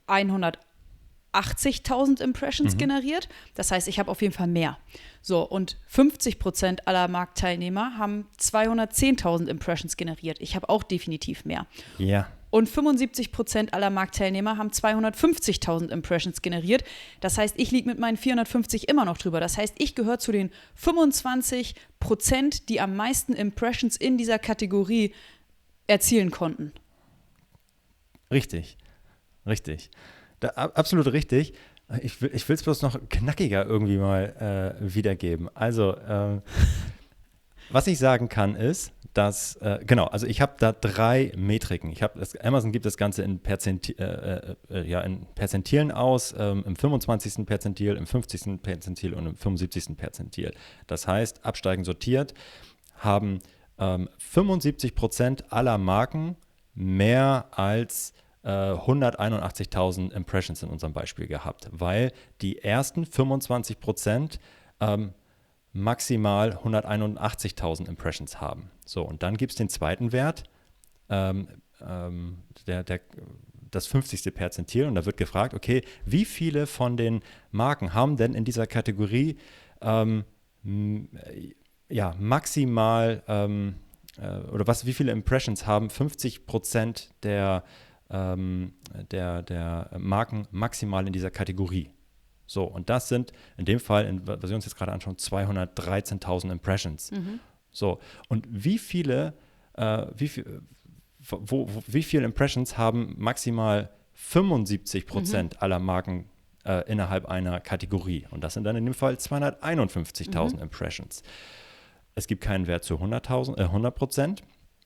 hundertachtzigtausend Impressions Mhm. generiert. Das heißt, ich habe auf jeden Fall mehr. So, und fünfzig Prozent aller Marktteilnehmer haben zweihundertzehntausend Impressions generiert. Ich habe auch definitiv mehr. Ja. Und fünfundsiebzig Prozent aller Marktteilnehmer haben zweihundertfünfzigtausend Impressions generiert. Das heißt, ich liege mit meinen vierhundertfünfzig immer noch drüber. Das heißt, ich gehöre zu den fünfundzwanzig Prozent, die am meisten Impressions in dieser Kategorie erzielen konnten. Richtig. Richtig. Da, absolut richtig. Ich will es bloß noch knackiger irgendwie mal äh, wiedergeben. Also, äh, was ich sagen kann ist, dass, äh, genau, also ich habe da drei Metriken. Ich habe, Amazon gibt das Ganze in, Perzenti äh, äh, ja, in Perzentilen aus, ähm, im fünfundzwanzigsten Perzentil, im fünfzigsten Perzentil und im fünfundsiebzigsten Perzentil. Das heißt, absteigend sortiert haben ähm, fünfundsiebzig Prozent aller Marken mehr als äh, hunderteinundachtzigtausend Impressions in unserem Beispiel gehabt, weil die ersten fünfundzwanzig Prozent ähm, maximal hunderteinundachtzigtausend Impressions haben. So, und dann gibt es den zweiten Wert, ähm, ähm, der, der, das fünfzigste Perzentil, und da wird gefragt, okay, wie viele von den Marken haben denn in dieser Kategorie ähm, m, ja, maximal, ähm, äh, oder was, wie viele Impressions haben fünfzig Prozent der, ähm, der, der Marken maximal in dieser Kategorie? So, und das sind in dem Fall, in, was wir uns jetzt gerade anschauen, zweihundertdreizehntausend Impressions. Mhm. So, und wie viele, äh, wie, viel, wo, wo, wie viele Impressions haben maximal fünfundsiebzig Prozent mhm. aller Marken äh, innerhalb einer Kategorie? Und das sind dann in dem Fall zweihunderteinundfünfzigtausend mhm. Impressions. Es gibt keinen Wert zu hunderttausend, äh, hundert Prozent.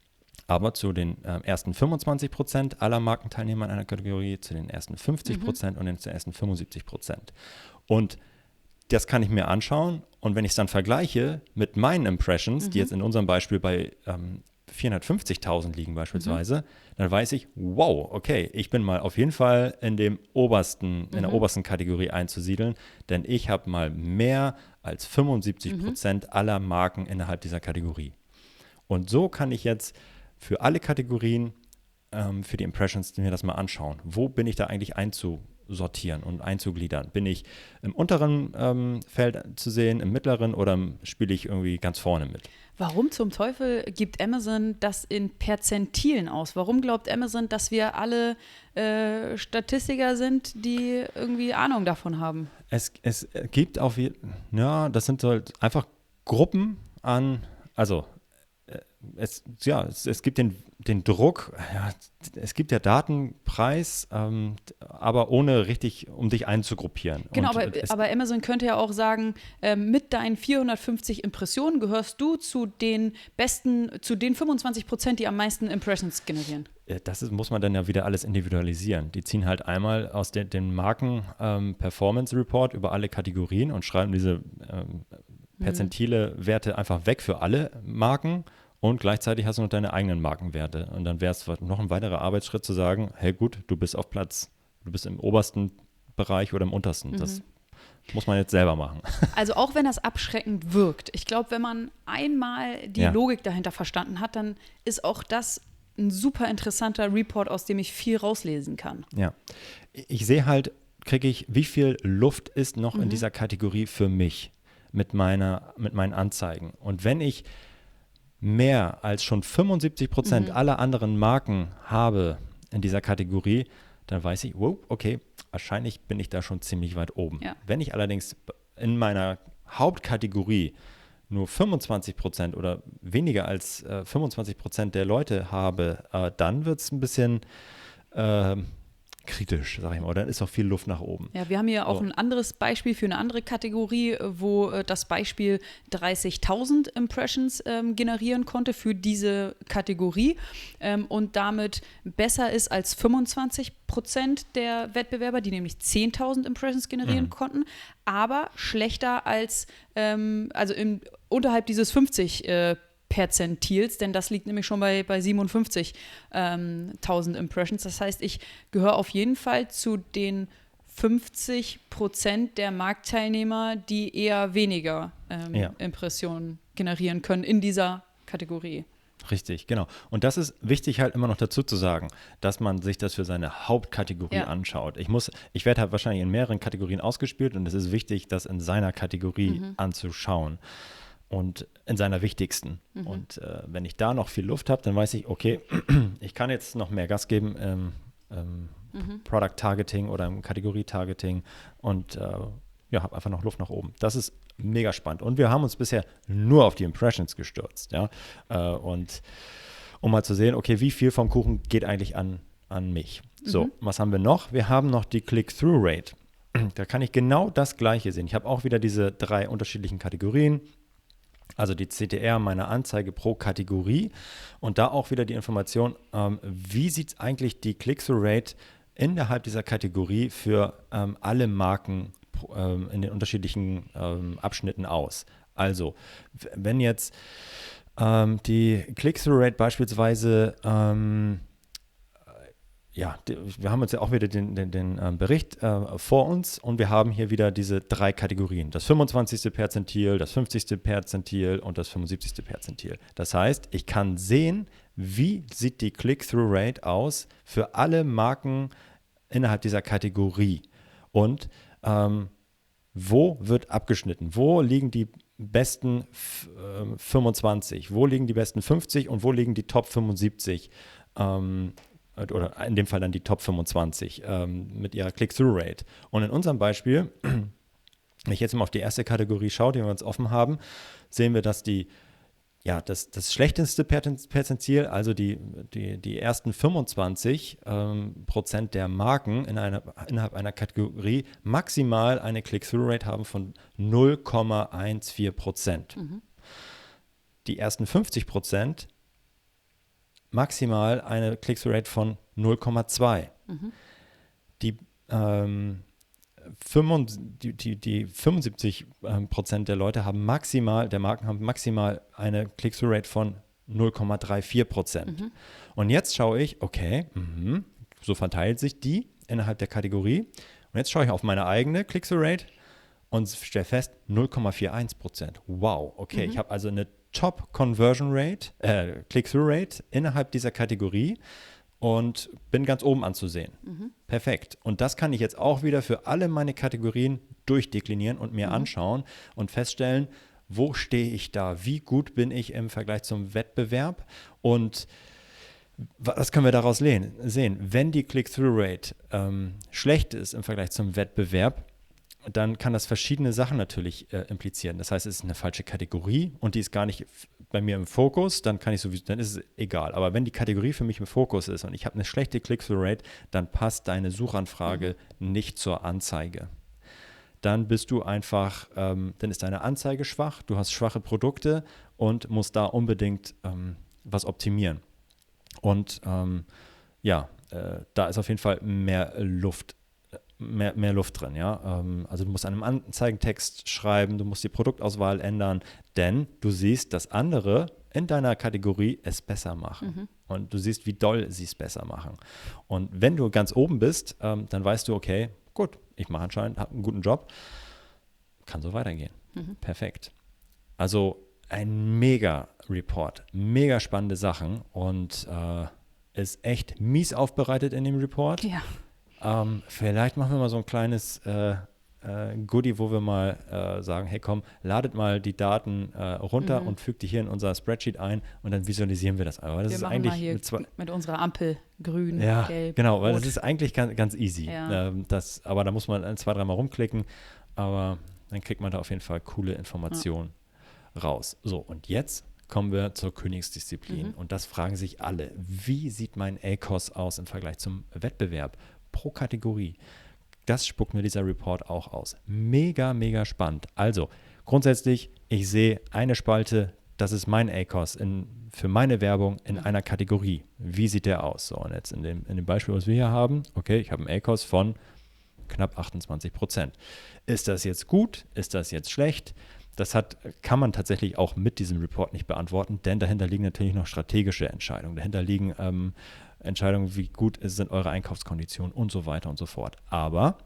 Aber zu den äh, ersten fünfundzwanzig Prozent aller Markenteilnehmer in einer Kategorie, zu den ersten fünfzig Prozent mhm. und zu den ersten fünfundsiebzig Prozent. Und das kann ich mir anschauen. Und wenn ich es dann vergleiche mit meinen Impressions, mhm. die jetzt in unserem Beispiel bei ähm, vierhundertfünfzigtausend liegen beispielsweise, mhm. dann weiß ich, wow, okay, ich bin mal auf jeden Fall in dem obersten, mhm. in der obersten Kategorie einzusiedeln, denn ich habe mal mehr als fünfundsiebzig Prozent mhm. aller Marken innerhalb dieser Kategorie. Und so kann ich jetzt für alle Kategorien, ähm, für die Impressions, mir das mal anschauen. Wo bin ich da eigentlich einzusortieren und einzugliedern? Bin ich im unteren ähm, Feld zu sehen, im mittleren, oder spiele ich irgendwie ganz vorne mit? Warum zum Teufel gibt Amazon das in Perzentilen aus? Warum glaubt Amazon, dass wir alle äh, Statistiker sind, die irgendwie Ahnung davon haben? Es, es gibt auf jeden Fall, ja, das sind halt einfach Gruppen an, also Es, ja, es, es gibt den, den Druck, ja, es gibt ja Datenpreis, ähm, aber ohne richtig, um dich einzugruppieren. Genau, Und aber, es, aber Amazon könnte ja auch sagen, äh, mit deinen vierhundertfünfzig Impressionen gehörst du zu den besten, zu den fünfundzwanzig Prozent, die am meisten Impressions generieren. Das ist, muss man dann ja wieder alles individualisieren. Die ziehen halt einmal aus de, den Marken ähm, Performance Report über alle Kategorien und schreiben diese ähm, perzentile Werte einfach weg für alle Marken. Und gleichzeitig hast du noch deine eigenen Markenwerte. Und dann wäre es noch ein weiterer Arbeitsschritt zu sagen, hey gut, du bist auf Platz, du bist im obersten Bereich oder im untersten. Mhm. Das muss man jetzt selber machen. Also auch wenn das abschreckend wirkt. Ich glaube, wenn man einmal die ja. Logik dahinter verstanden hat, dann ist auch das ein super interessanter Report, aus dem ich viel rauslesen kann. Ja, ich sehe halt, kriege ich, wie viel Luft ist noch mhm. in dieser Kategorie für mich mit, meiner, mit meinen Anzeigen. Und wenn ich mehr als schon fünfundsiebzig Prozent mhm. aller anderen Marken habe in dieser Kategorie, dann weiß ich, wow, okay, wahrscheinlich bin ich da schon ziemlich weit oben. Ja. Wenn ich allerdings in meiner Hauptkategorie nur fünfundzwanzig Prozent oder weniger als äh, fünfundzwanzig Prozent der Leute habe, äh, dann wird es ein bisschen äh, kritisch, sag ich mal. Oder dann ist auch viel Luft nach oben. Ja, wir haben hier auch So. ein anderes Beispiel für eine andere Kategorie, wo äh, das Beispiel dreißigtausend Impressions ähm, generieren konnte für diese Kategorie ähm, und damit besser ist als fünfundzwanzig Prozent der Wettbewerber, die nämlich zehntausend Impressions generieren Mhm. konnten, aber schlechter als, ähm, also im, unterhalb dieses fünfzig äh, Perzentils, denn das liegt nämlich schon bei, bei siebenundfünfzigtausend Impressions. Das heißt, ich gehöre auf jeden Fall zu den fünfzig Prozent der Marktteilnehmer, die eher weniger ähm, Ja. Impressionen generieren können in dieser Kategorie. Richtig, genau. Und das ist wichtig halt immer noch dazu zu sagen, dass man sich das für seine Hauptkategorie Ja. anschaut. Ich muss, ich werde halt wahrscheinlich in mehreren Kategorien ausgespielt und es ist wichtig, das in seiner Kategorie Mhm. anzuschauen und in seiner wichtigsten. Mhm. Und äh, wenn ich da noch viel Luft habe, dann weiß ich, okay, ich kann jetzt noch mehr Gas geben im ähm, Mhm. Product Targeting oder im Kategorie Targeting und äh, ja, habe einfach noch Luft nach oben. Das ist mega spannend. Und wir haben uns bisher nur auf die Impressions gestürzt, ja. Äh, und um mal zu sehen, okay, wie viel vom Kuchen geht eigentlich an, an mich. So, Mhm. was haben wir noch? Wir haben noch die Click-Through-Rate. Da kann ich genau das Gleiche sehen. Ich habe auch wieder diese drei unterschiedlichen Kategorien. Also die C T R meiner Anzeige pro Kategorie und da auch wieder die Information, ähm, wie sieht eigentlich die Click-Through-Rate innerhalb dieser Kategorie für ähm, alle Marken ähm, in den unterschiedlichen ähm, Abschnitten aus. Also, w- wenn jetzt ähm, die Click-Through-Rate beispielsweise ähm, ja, die, wir haben uns ja auch wieder den, den, den ähm, Bericht äh, vor uns und wir haben hier wieder diese drei Kategorien. Das fünfundzwanzigste Perzentil, das fünfzigste Perzentil und das fünfundsiebzigste Perzentil. Das heißt, ich kann sehen, wie sieht die Click-Through-Rate aus für alle Marken innerhalb dieser Kategorie und ähm, wo wird abgeschnitten, wo liegen die besten f- äh, fünfundzwanzig, wo liegen die besten fünfzig und wo liegen die Top fünfundsiebzig ähm, oder in dem Fall dann die Top fünfundzwanzig ähm, mit ihrer Click-Through-Rate. Und in unserem Beispiel, wenn ich jetzt mal auf die erste Kategorie schaue, die wir uns offen haben, sehen wir, dass die, ja, das, das schlechteste Perzen- Perzentil, also die, die, die ersten fünfundzwanzig ähm, Prozent der Marken in einer, innerhalb einer Kategorie maximal eine Click-Through-Rate haben von null Komma vierzehn Prozent. Mhm. Die ersten fünfzig Prozent maximal eine Click-Through-Rate von null Komma zwei. Mhm. Die, ähm, fünfund- die, die, die fünfundsiebzig ähm, Prozent der Leute haben maximal, der Marken haben maximal eine Click-Through-Rate von null Komma vierunddreißig Prozent. Mhm. Und jetzt schaue ich, okay, mhm, so verteilt sich die innerhalb der Kategorie. Und jetzt schaue ich auf meine eigene Click-Through-Rate und stelle fest, null Komma einundvierzig Prozent. Wow, okay, Mhm. ich habe also eine Top-Conversion-Rate, äh, Click-Through-Rate innerhalb dieser Kategorie und bin ganz oben anzusehen. Mhm. Perfekt. Und das kann ich jetzt auch wieder für alle meine Kategorien durchdeklinieren und mir Mhm. anschauen und feststellen, wo stehe ich da? Wie gut bin ich im Vergleich zum Wettbewerb? Und was können wir daraus lehnen, sehen? Wenn die Click-Through-Rate ähm, schlecht ist im Vergleich zum Wettbewerb, dann kann das verschiedene Sachen natürlich äh, implizieren. Das heißt, es ist eine falsche Kategorie und die ist gar nicht f- bei mir im Fokus, dann kann ich sowieso, dann ist es egal. Aber wenn die Kategorie für mich im Fokus ist und ich habe eine schlechte Click-Through-Rate, dann passt deine Suchanfrage mhm. nicht zur Anzeige. Dann bist du einfach, ähm, dann ist deine Anzeige schwach, du hast schwache Produkte und musst da unbedingt ähm, was optimieren. Und ähm, ja, äh, da ist auf jeden Fall mehr Luft Mehr, mehr Luft drin, ja. Ähm, also du musst einen Anzeigentext schreiben, du musst die Produktauswahl ändern, denn du siehst, dass andere in deiner Kategorie es besser machen. Mhm. Und du siehst, wie doll sie es besser machen. Und wenn du ganz oben bist, ähm, dann weißt du, okay, gut, ich mache anscheinend, habe einen guten Job, kann so weitergehen. Mhm. Perfekt. Also ein mega Report, mega spannende Sachen und äh, ist echt mies aufbereitet in dem Report. Ja. Ähm, vielleicht machen wir mal so ein kleines äh, äh, Goodie, wo wir mal äh, sagen, hey komm, ladet mal die Daten äh, runter Mhm. und fügt die hier in unser Spreadsheet ein und dann visualisieren wir das einmal. Das Wir ist machen eigentlich mal hier mit, zwei, mit unserer Ampel grün, ja, gelb, genau, weil rot. das ist eigentlich ganz, ganz easy. Ja. Ähm, das, aber da muss man ein, zwei, dreimal rumklicken, aber dann kriegt man da auf jeden Fall coole Informationen. raus. So, und jetzt kommen wir zur Königsdisziplin. Mhm. Und das fragen sich alle. Wie sieht mein A C O S aus im Vergleich zum Wettbewerb? Pro Kategorie. Das spuckt mir dieser Report auch aus. Mega, mega spannend. Also, grundsätzlich, ich sehe eine Spalte, das ist mein A C O S in, für meine Werbung in einer Kategorie. Wie sieht der aus? So, und jetzt in dem, in dem Beispiel, was wir hier haben, okay, ich habe einen A C O S von knapp achtundzwanzig Prozent. Ist das jetzt gut? Ist das jetzt schlecht? Das hat, kann man tatsächlich auch mit diesem Report nicht beantworten, denn dahinter liegen natürlich noch strategische Entscheidungen. Dahinter liegen ähm, Entscheidungen, wie gut sind eure Einkaufskonditionen und so weiter und so fort. Aber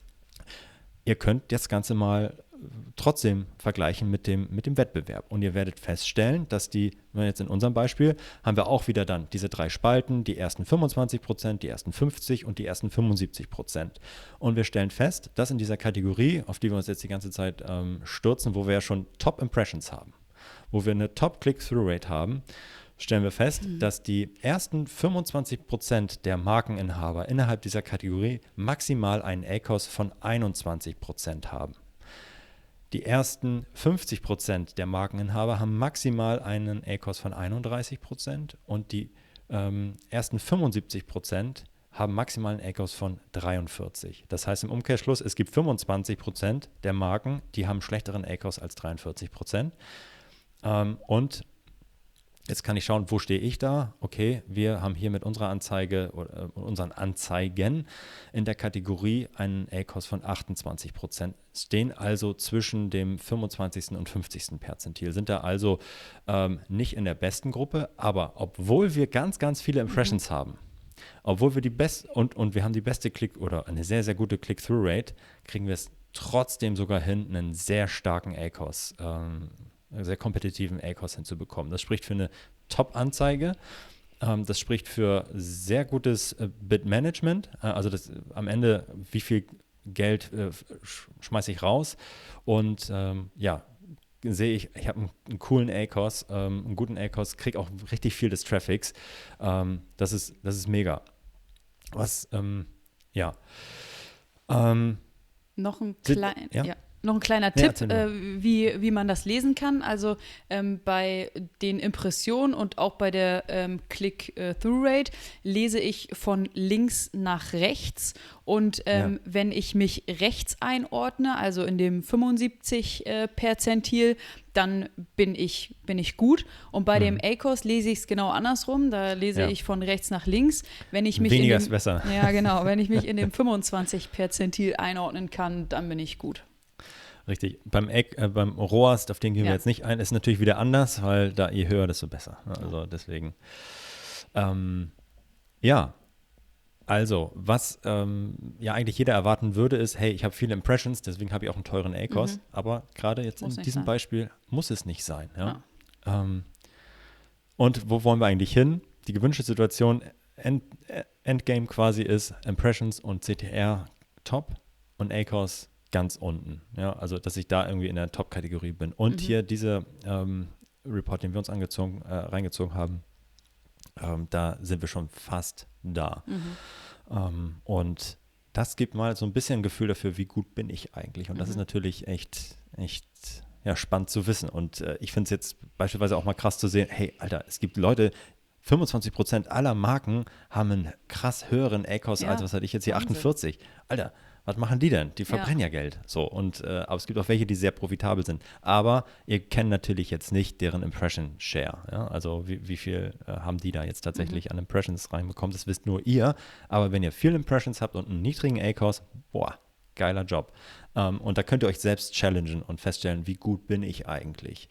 ihr könnt das Ganze mal trotzdem vergleichen mit dem, mit dem Wettbewerb. Und ihr werdet feststellen, dass die, wenn jetzt in unserem Beispiel, haben wir auch wieder dann diese drei Spalten, die ersten fünfundzwanzig Prozent, die ersten fünfzig und die ersten fünfundsiebzig Prozent. Und wir stellen fest, dass in dieser Kategorie, auf die wir uns jetzt die ganze Zeit ähm, stürzen, wo wir ja schon Top-Impressions haben, wo wir eine Top-Click-Through-Rate haben, stellen wir fest, mhm. dass die ersten fünfundzwanzig Prozent der Markeninhaber innerhalb dieser Kategorie maximal einen A C O S von einundzwanzig Prozent haben. Die ersten fünfzig Prozent der Markeninhaber haben maximal einen A C O S von einunddreißig Prozent und die ähm, ersten fünfundsiebzig Prozent haben maximal einen A C O S von dreiundvierzig. Das heißt im Umkehrschluss, es gibt fünfundzwanzig Prozent der Marken, die haben schlechteren A C O S als dreiundvierzig Prozent. Ähm, und jetzt kann ich schauen, wo stehe ich da? Okay, wir haben hier mit unserer Anzeige oder äh, unseren Anzeigen in der Kategorie einen A C O S von achtundzwanzig Prozent, stehen also zwischen dem fünfundzwanzigsten und fünfzigsten Perzentil, sind da also ähm, nicht in der besten Gruppe, aber obwohl wir ganz, ganz viele Impressions mhm. haben, obwohl wir die best und, und wir haben die beste Click- oder eine sehr, sehr gute Click-Through-Rate, kriegen wir es trotzdem sogar hin, einen sehr starken A C O S ähm, sehr kompetitiven A C O S hinzubekommen. Das spricht für eine Top-Anzeige, ähm, das spricht für sehr gutes äh, Bid-Management, äh, also das, äh, am Ende, wie viel Geld äh, sch- schmeiße ich raus und ähm, ja, sehe ich, ich habe einen, einen coolen A C O S, ähm, einen guten A C O S, kriege auch richtig viel des Traffics, ähm, das ist, das ist mega. Was, ähm, ja. Ähm, Noch ein klein, ja. ja. Noch ein kleiner Ja, Tipp, äh, wie, wie man das lesen kann. Also ähm, bei den Impressionen und auch bei der ähm, Click-Through-Rate lese ich von links nach rechts. Und ähm, ja. wenn ich mich rechts einordne, also in dem fünfundsiebzig äh, Perzentil, dann bin ich, bin ich gut. Und bei mhm. dem A C O S lese ich es genau andersrum. Da lese ja. ich von rechts nach links. Wenn ich mich Weniger in dem, ist besser. Ja, genau. Wenn ich mich in dem fünfundzwanzig Perzentil einordnen kann, dann bin ich gut. Richtig. Beim, äh, beim R O A S, auf den gehen ja. wir jetzt nicht ein, ist natürlich wieder anders, weil da je höher, desto besser. Also deswegen. Ähm, ja, also was ähm, ja eigentlich jeder erwarten würde, ist, hey, ich habe viele Impressions, deswegen habe ich auch einen teuren A C O S. Mhm. Aber gerade jetzt muss in diesem sein. Beispiel muss es nicht sein. Ja? Ja. Ähm, und wo wollen wir eigentlich hin? Die gewünschte Situation, End, Endgame quasi ist Impressions und C T R top und A C O S ganz unten, ja, also dass ich da irgendwie in der Top-Kategorie bin. Und mhm. hier dieser ähm, Report, den wir uns angezogen, äh, reingezogen haben, ähm, da sind wir schon fast da. Mhm. Ähm, und das gibt mal so ein bisschen ein Gefühl dafür, wie gut bin ich eigentlich. Und mhm. das ist natürlich echt, echt ja, spannend zu wissen. Und äh, ich finde es jetzt beispielsweise auch mal krass zu sehen, hey, Alter, es gibt Leute, fünfundzwanzig Prozent aller Marken haben einen krass höheren A C O S ja, als, was hatte ich jetzt hier, Wahnsinn. achtundvierzig. Alter, was machen die denn? Die verbrennen ja, ja Geld. So, und, äh, aber es gibt auch welche, die sehr profitabel sind. Aber ihr kennt natürlich jetzt nicht deren Impression Share. Ja? Also wie, wie viel äh, haben die da jetzt tatsächlich mhm. an Impressions reinbekommen? Das wisst nur ihr. Aber wenn ihr viel Impressions habt und einen niedrigen A C O S, boah, geiler Job. Ähm, und da könnt ihr euch selbst challengen und feststellen, wie gut bin ich eigentlich.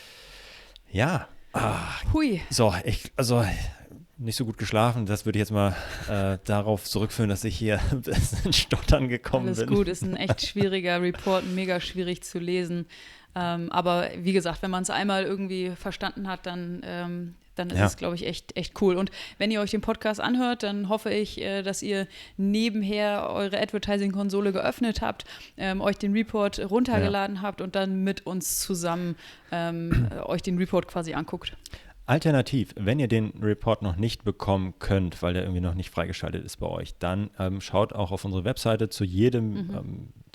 Ja. Ah, Hui. So, ich, also nicht so gut geschlafen. Das würde ich jetzt mal äh, darauf zurückführen, dass ich hier ein bisschen stottern gekommen Alles bin. Alles gut, ist ein echt schwieriger Report, mega schwierig zu lesen. Ähm, aber wie gesagt, wenn man es einmal irgendwie verstanden hat, dann, ähm, dann ist ja. es, glaube ich, echt, echt cool. Und wenn ihr euch den Podcast anhört, dann hoffe ich, äh, dass ihr nebenher eure Advertising-Konsole geöffnet habt, ähm, euch den Report runtergeladen ja. habt und dann mit uns zusammen ähm, euch den Report quasi anguckt. Alternativ, wenn ihr den Report noch nicht bekommen könnt, weil der irgendwie noch nicht freigeschaltet ist bei euch, dann ähm, schaut auch auf unsere Webseite zu jedem, mhm. ähm,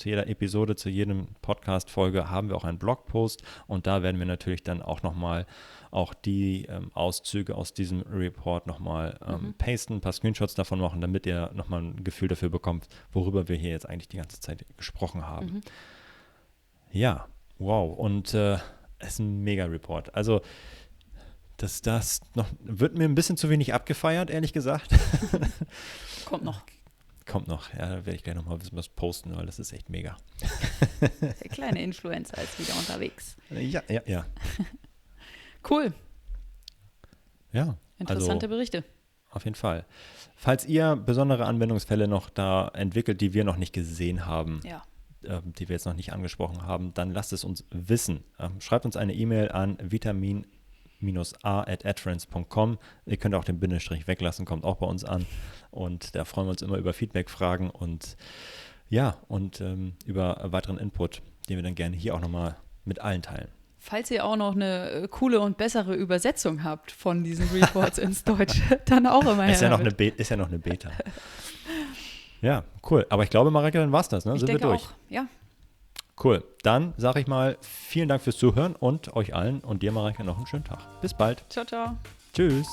zu jeder Episode, zu jedem Podcast-Folge haben wir auch einen Blogpost und da werden wir natürlich dann auch nochmal auch die ähm, Auszüge aus diesem Report nochmal ähm, mhm. pasten, ein paar Screenshots davon machen, damit ihr nochmal ein Gefühl dafür bekommt, worüber wir hier jetzt eigentlich die ganze Zeit gesprochen haben. Mhm. Ja, wow. Und äh, es ist ein Mega-Report. Also das, das noch, wird mir ein bisschen zu wenig abgefeiert, ehrlich gesagt. Kommt noch. Kommt noch. Ja, da werde ich gleich nochmal ein bisschen was posten, weil das ist echt mega. Der kleine Influencer ist wieder unterwegs. Ja, ja, ja. Cool. Ja. Interessante also, Berichte. Auf jeden Fall. Falls ihr besondere Anwendungsfälle noch da entwickelt, die wir noch nicht gesehen haben, ja. äh, die wir jetzt noch nicht angesprochen haben, dann lasst es uns wissen. Ähm, schreibt uns eine E-Mail an vitamin a at adference punkt com. Ihr könnt auch den Bindestrich weglassen, kommt auch bei uns an. Und da freuen wir uns immer über Feedback-Fragen und ja, und ähm, über weiteren Input, den wir dann gerne hier auch nochmal mit allen teilen. Falls ihr auch noch eine coole und bessere Übersetzung habt von diesen Reports ins Deutsche, dann auch immer her. Ist ja noch eine, Be- ist ja noch eine Beta. Ja, cool. Aber ich glaube, Mareike, dann war's das, ne? Ich Sind denke wir durch? Auch. Ja. Cool. Dann sage ich mal vielen Dank fürs Zuhören und euch allen und dir, Mareike, noch einen schönen Tag. Bis bald. Ciao, ciao. Tschüss.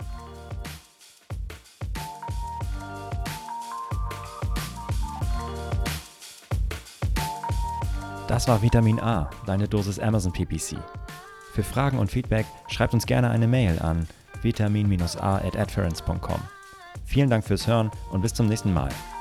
Das war Vitamin A, deine Dosis Amazon P P C. Für Fragen und Feedback schreibt uns gerne eine Mail an vitamin a at adference punkt com. Vielen Dank fürs Hören und bis zum nächsten Mal.